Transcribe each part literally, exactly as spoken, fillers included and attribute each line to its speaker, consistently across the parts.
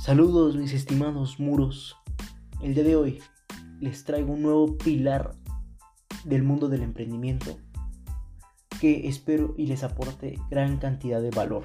Speaker 1: Saludos mis estimados muros. El día de hoy les traigo un nuevo pilar del mundo del emprendimiento que espero y les aporte gran cantidad de valor.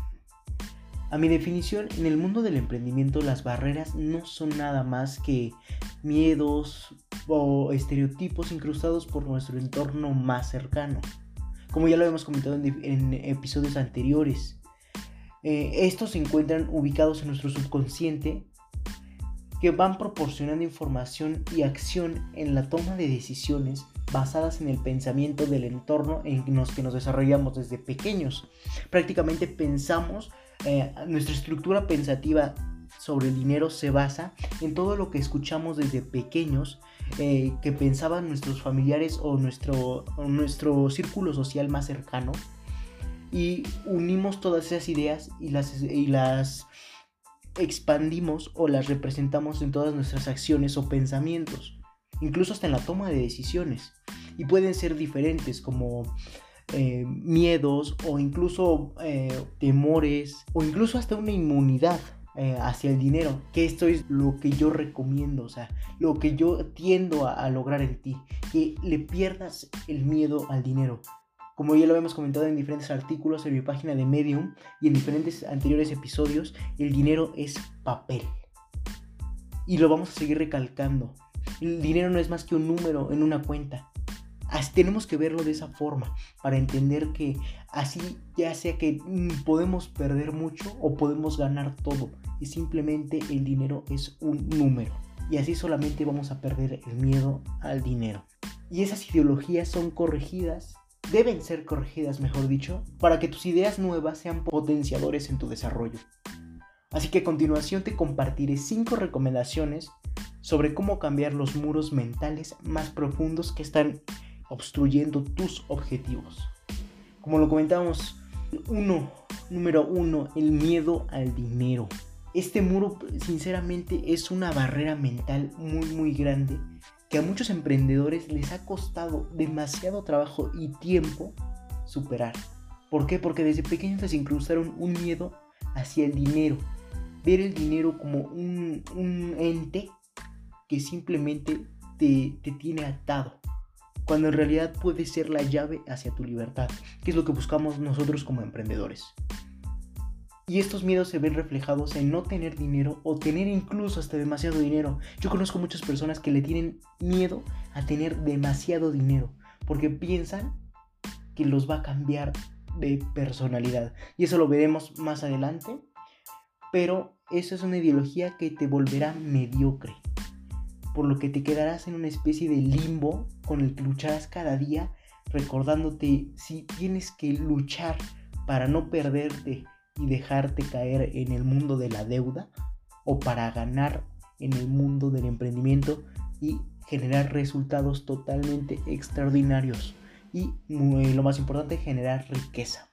Speaker 1: A mi definición, en el mundo del emprendimiento las barreras no son nada más que miedos o estereotipos incrustados por nuestro entorno más cercano. Como ya lo habíamos comentado en, en episodios anteriores, eh, estos se encuentran ubicados en nuestro subconsciente, que van proporcionando información y acción en la toma de decisiones basadas en el pensamiento del entorno en los que nos desarrollamos desde pequeños. Prácticamente pensamos, eh, nuestra estructura pensativa sobre el dinero se basa en todo lo que escuchamos desde pequeños, eh, que pensaban nuestros familiares o nuestro, o nuestro círculo social más cercano, y unimos todas esas ideas y las, y las expandimos o las representamos en todas nuestras acciones o pensamientos, incluso hasta en la toma de decisiones, y pueden ser diferentes como eh, miedos o incluso eh, temores o incluso hasta una inmunidad eh, hacia el dinero, que esto es lo que yo recomiendo, o sea, lo que yo tiendo a, a lograr en ti, que le pierdas el miedo al dinero. Como ya lo hemos comentado en diferentes artículos en mi página de Medium y en diferentes anteriores episodios, el dinero es papel. Y lo vamos a seguir recalcando. El dinero no es más que un número en una cuenta. Así tenemos que verlo de esa forma para entender que así, ya sea que podemos perder mucho o podemos ganar todo, y simplemente el dinero es un número. Y así solamente vamos a perder el miedo al dinero. Y esas ideologías son corregidas. Deben ser corregidas, mejor dicho, para que tus ideas nuevas sean potenciadores en tu desarrollo. Así que a continuación te compartiré cinco recomendaciones sobre cómo cambiar los muros mentales más profundos que están obstruyendo tus objetivos. Como lo comentábamos, uno, número uno, el miedo al dinero. Este muro, sinceramente, es una barrera mental muy muy grande que a muchos emprendedores les ha costado demasiado trabajo y tiempo superar. ¿Por qué? Porque desde pequeños les incrustaron un miedo hacia el dinero. Ver el dinero como un, un ente que simplemente te, te tiene atado, cuando en realidad puede ser la llave hacia tu libertad, que es lo que buscamos nosotros como emprendedores. Y estos miedos se ven reflejados en no tener dinero o tener incluso hasta demasiado dinero. Yo conozco muchas personas que le tienen miedo a tener demasiado dinero porque piensan que los va a cambiar de personalidad. Y eso lo veremos más adelante. Pero eso es una ideología que te volverá mediocre, por lo que te quedarás en una especie de limbo con el que lucharás cada día, recordándote si tienes que luchar para no perderte y dejarte caer en el mundo de la deuda, o para ganar en el mundo del emprendimiento y generar resultados totalmente extraordinarios y, muy, lo más importante, generar riqueza.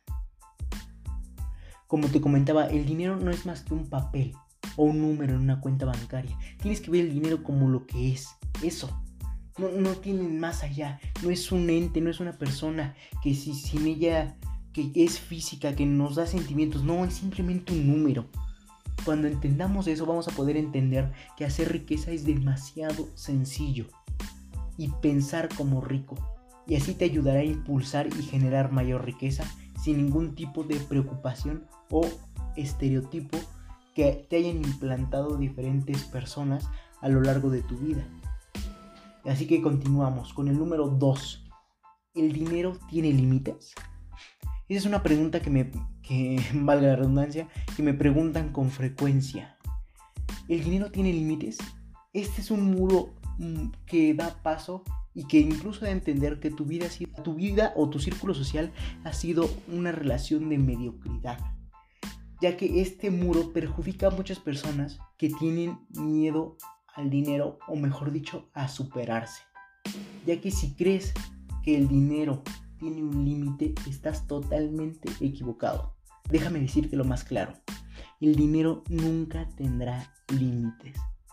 Speaker 1: Como te comentaba, el dinero no es más que un papel o un número en una cuenta bancaria. Tienes que ver el dinero como lo que es, eso. No, no tiene más allá, no es un ente, no es una persona que si sin ella, que es física, que nos da sentimientos. No, es simplemente un número. Cuando entendamos eso, vamos a poder entender que hacer riqueza es demasiado sencillo y pensar como rico, y así te ayudará a impulsar y generar mayor riqueza sin ningún tipo de preocupación o estereotipo que te hayan implantado diferentes personas a lo largo de tu vida. Así que continuamos con el número dos. ¿El dinero tiene límites? Esa es una pregunta que me, que valga la redundancia, que me preguntan con frecuencia. ¿El dinero tiene límites? Este es un muro mm, que da paso y que incluso da a entender que tu vida, tu vida o tu círculo social ha sido una relación de mediocridad, ya que este muro perjudica a muchas personas que tienen miedo al dinero, o mejor dicho, a superarse. Ya que si crees que el dinero tiene un límite, estás totalmente equivocado. Déjame decirte lo más claro: el dinero nunca tendrá límites.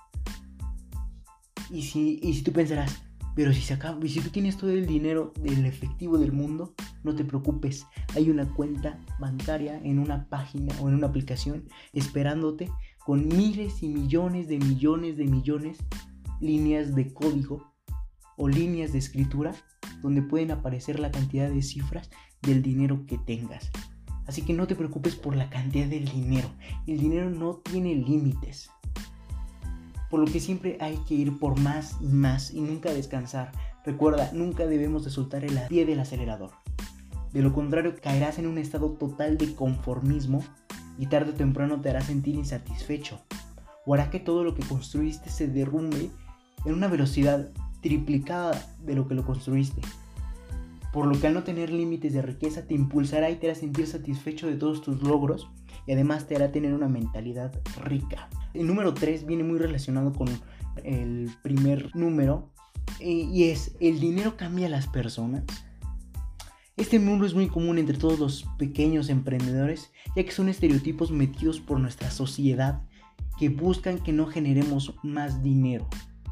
Speaker 1: Y si, y si tú pensarás, pero si se acaba, y si tú tienes todo el dinero del efectivo del mundo, no te preocupes, hay una cuenta bancaria en una página o en una aplicación esperándote con miles y millones de millones de millones líneas de código o líneas de escritura donde pueden aparecer la cantidad de cifras del dinero que tengas. Así que no te preocupes por la cantidad del dinero. El dinero no tiene límites. Por lo que siempre hay que ir por más y más y nunca descansar. Recuerda, nunca debemos de soltar el pie del acelerador. De lo contrario, caerás en un estado total de conformismo y tarde o temprano te hará sentir insatisfecho. O hará que todo lo que construiste se derrumbe en una velocidad triplicada de lo que lo construiste. Por lo que al no tener límites de riqueza te impulsará y te hará sentir satisfecho de todos tus logros y además te hará tener una mentalidad rica. El número tres viene muy relacionado con el primer número y es: ¿el dinero cambia a las personas? Este mundo es muy común entre todos los pequeños emprendedores, ya que son estereotipos metidos por nuestra sociedad que buscan que no generemos más dinero.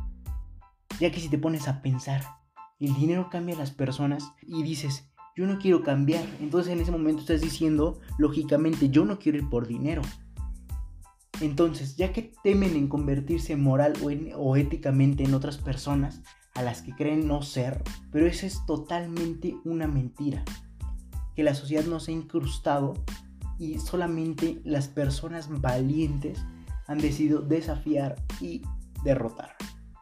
Speaker 1: Ya que si te pones a pensar, el dinero cambia a las personas y dices, yo no quiero cambiar, entonces en ese momento estás diciendo, lógicamente, yo no quiero ir por dinero. Entonces, ya que temen en convertirse moral o, en, o éticamente en otras personas a las que creen no ser, pero eso es totalmente una mentira, que la sociedad nos ha incrustado y solamente las personas valientes han decidido desafiar y derrotar.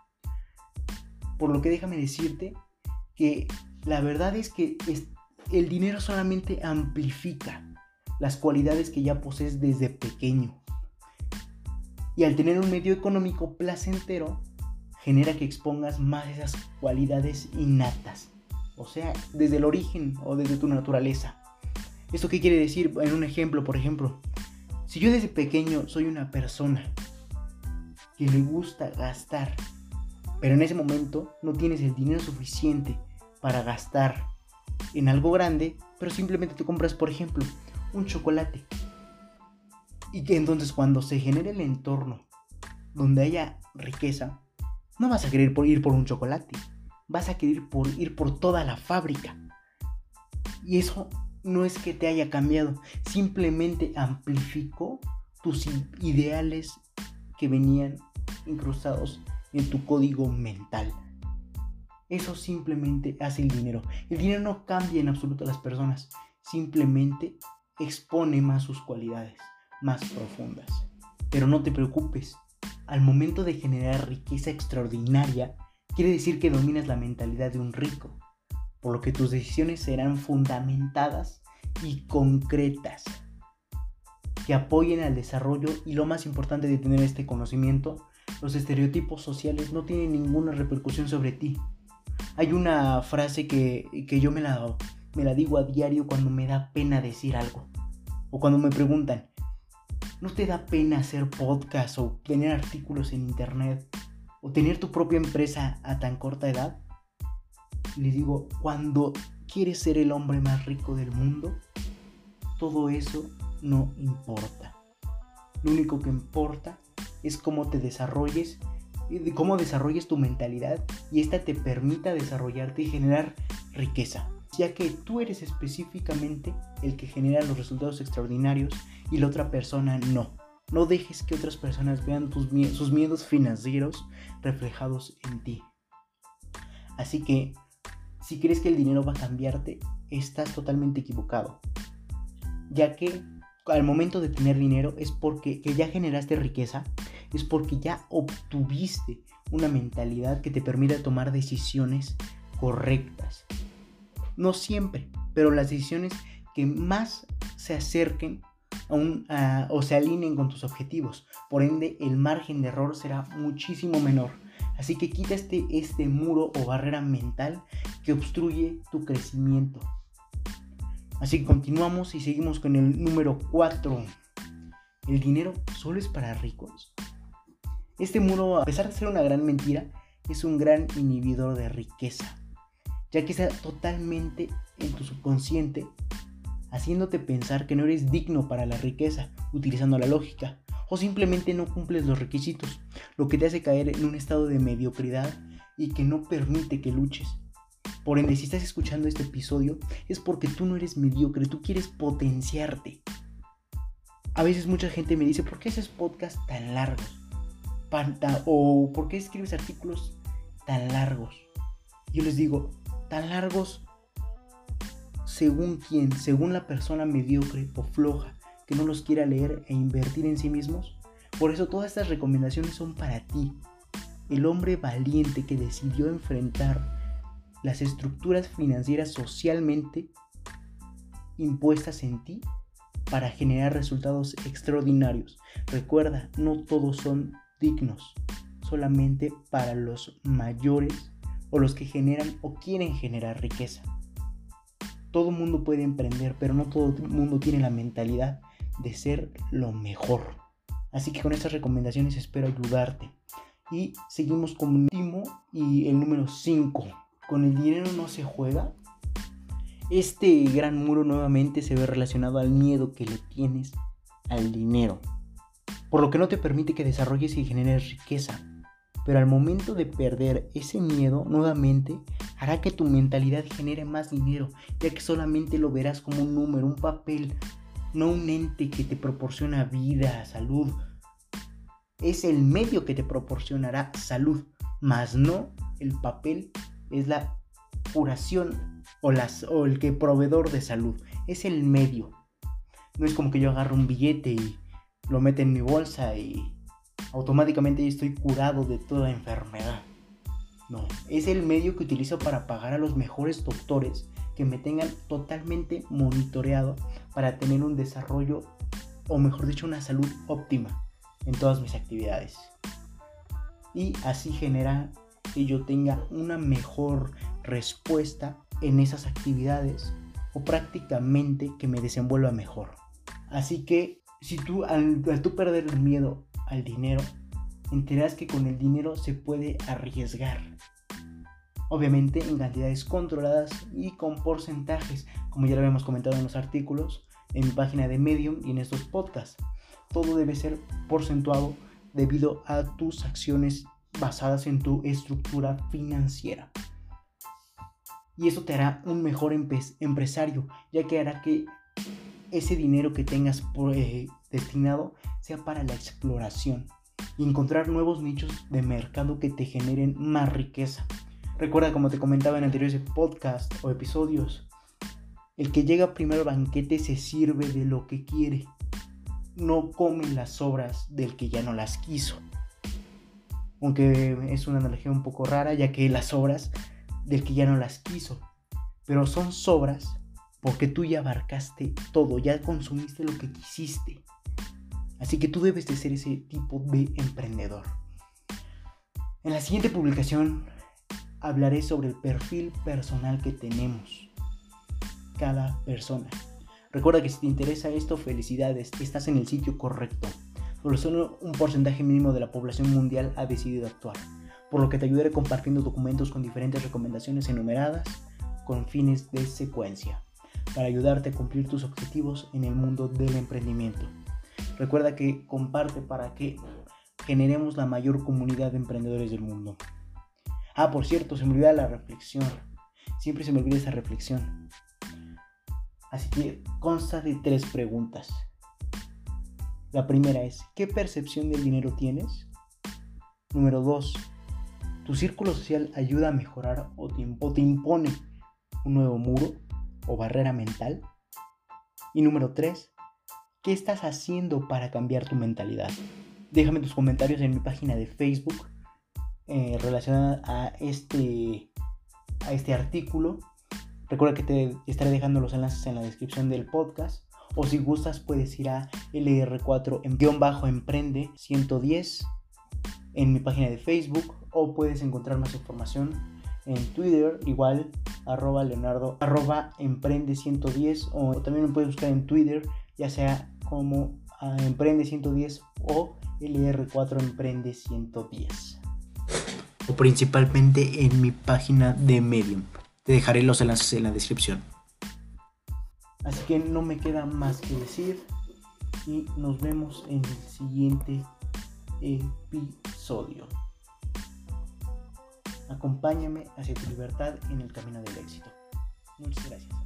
Speaker 1: Por lo que déjame decirte que la verdad es que es, el dinero solamente amplifica las cualidades que ya posees desde pequeño. Y al tener un medio económico placentero, genera que expongas más esas cualidades innatas. O sea, desde el origen o desde tu naturaleza. ¿Esto qué quiere decir? En un ejemplo, por ejemplo, si yo desde pequeño soy una persona que le gusta gastar, pero en ese momento no tienes el dinero suficiente para gastar en algo grande, pero simplemente te compras, por ejemplo, un chocolate. Y que entonces cuando se genere el entorno donde haya riqueza, no vas a querer por ir por un chocolate, vas a querer por ir por toda la fábrica. Y eso no es que te haya cambiado, simplemente amplificó tus ideales que venían incrustados en tu código mental. Eso simplemente hace el dinero. El dinero no cambia en absoluto a las personas, simplemente expone más sus cualidades más profundas. Pero no te preocupes, al momento de generar riqueza extraordinaria, quiere decir que dominas la mentalidad de un rico, por lo que tus decisiones serán fundamentadas y concretas, que apoyen al desarrollo. Y lo más importante de tener este conocimiento, los estereotipos sociales no tienen ninguna repercusión sobre ti. Hay una frase que, que yo me la, me la digo a diario cuando me da pena decir algo, o cuando me preguntan, ¿no te da pena hacer podcast o tener artículos en internet o tener tu propia empresa a tan corta edad? Les digo, cuando quieres ser el hombre más rico del mundo, todo eso no importa. Lo único que importa es cómo te desarrolles, cómo desarrolles tu mentalidad y esta te permita desarrollarte y generar riqueza, ya que tú eres específicamente el que genera los resultados extraordinarios y la otra persona no. No dejes que otras personas vean tus, sus miedos financieros reflejados en ti. Así que, si crees que el dinero va a cambiarte, estás totalmente equivocado, ya que al momento de tener dinero es porque que ya generaste riqueza, es porque ya obtuviste una mentalidad que te permita tomar decisiones correctas. No siempre, pero las decisiones que más se acerquen a un, a, o se alineen con tus objetivos. Por ende, el margen de error será muchísimo menor. Así que quita este, este muro o barrera mental que obstruye tu crecimiento. Así que continuamos y seguimos con el número cuatro. ¿El dinero solo es para ricos? Este muro, a pesar de ser una gran mentira, es un gran inhibidor de riqueza, ya que está totalmente en tu subconsciente, haciéndote pensar que no eres digno para la riqueza, utilizando la lógica, o simplemente no cumples los requisitos, lo que te hace caer en un estado de mediocridad y que no permite que luches. Por ende, si estás escuchando este episodio, es porque tú no eres mediocre, tú quieres potenciarte. a veces mucha gente me dice, ¿por qué haces podcasts tan largos? O ¿por qué escribes artículos tan largos? Yo les digo, tan largos según quién, según la persona mediocre o floja que no los quiera leer e invertir en sí mismos. Por eso todas estas recomendaciones son para ti, el hombre valiente que decidió enfrentar las estructuras financieras socialmente impuestas en ti para generar resultados extraordinarios. Recuerda, no todos son dignos, solamente para los mayores o los que generan o quieren generar riqueza. Todo mundo puede emprender, pero no todo el mundo tiene la mentalidad de ser lo mejor. Así que con estas recomendaciones espero ayudarte. Y seguimos con el último y el número cinco. ¿Con el dinero no se juega? Este gran muro nuevamente se ve relacionado al miedo que le tienes al dinero, por lo que no te permite que desarrolles y generes riqueza. Pero al momento de perder ese miedo, nuevamente hará que tu mentalidad genere más dinero, ya que solamente lo verás como un número, un papel, no un ente que te proporciona vida, salud. Es el medio que te proporcionará salud, más no el papel es la curación o, las, o el que proveedor de salud. Es el medio. No es como que yo agarro un billete y lo meto en mi bolsa y automáticamente estoy curado de toda enfermedad. No, es el medio que utilizo para pagar a los mejores doctores que me tengan totalmente monitoreado para tener un desarrollo, o mejor dicho, una salud óptima en todas mis actividades. Y así genera que yo tenga una mejor respuesta en esas actividades, o prácticamente que me desenvuelva mejor. Así que si tú al, al tú perder el miedo al dinero, enterarás que con el dinero se puede arriesgar. Obviamente en cantidades controladas y con porcentajes, como ya lo habíamos comentado en los artículos, en mi página de Medium y en estos podcasts. Todo debe ser porcentuado debido a tus acciones basadas en tu estructura financiera. Y eso te hará un mejor empe- empresario, ya que hará que ese dinero que tengas por, eh, destinado sea para la exploración y encontrar nuevos nichos de mercado que te generen más riqueza. Recuerda, como te comentaba en anteriores podcasts o episodios, el que llega primero al banquete se sirve de lo que quiere, no come las sobras del que ya no las quiso. Aunque es una analogía un poco rara, ya que las sobras del que ya no las quiso, pero son sobras porque tú ya abarcaste todo, ya consumiste lo que quisiste. Así que tú debes de ser ese tipo de emprendedor. En la siguiente publicación hablaré sobre el perfil personal que tenemos cada persona. Recuerda que si te interesa esto, felicidades, estás en el sitio correcto. Pero solo un porcentaje mínimo de la población mundial ha decidido actuar, por lo que te ayudaré compartiendo documentos con diferentes recomendaciones enumeradas con fines de secuencia, para ayudarte a cumplir tus objetivos en el mundo del emprendimiento. Recuerda que comparte para que generemos la mayor comunidad de emprendedores del mundo. Ah, por cierto, se me olvida la reflexión. Siempre se me olvida esa reflexión. Así que consta de tres preguntas. La primera es, ¿qué percepción del dinero tienes? Número dos, ¿tu círculo social ayuda a mejorar o te, o te impone un nuevo muro o barrera mental? Y número tres, ¿qué estás haciendo para cambiar tu mentalidad? Déjame tus comentarios en mi página de Facebook eh, relacionada a este, a este artículo. Recuerda que te estaré dejando los enlaces en la descripción del podcast. O si gustas puedes ir a L R cuatro en guión bajo emprende ciento diez en mi página de Facebook, o puedes encontrar más información en Twitter, igual arroba leonardo arroba emprende ciento diez, o también me puedes buscar en Twitter, ya sea como uh, emprende ciento diez o L R cuatro emprende ciento diez, o principalmente en mi página de Medium. Te dejaré los enlaces en la descripción. Así que no me queda más que decir y nos vemos en el siguiente episodio. Acompáñame hacia tu libertad en el camino del éxito. Muchas gracias.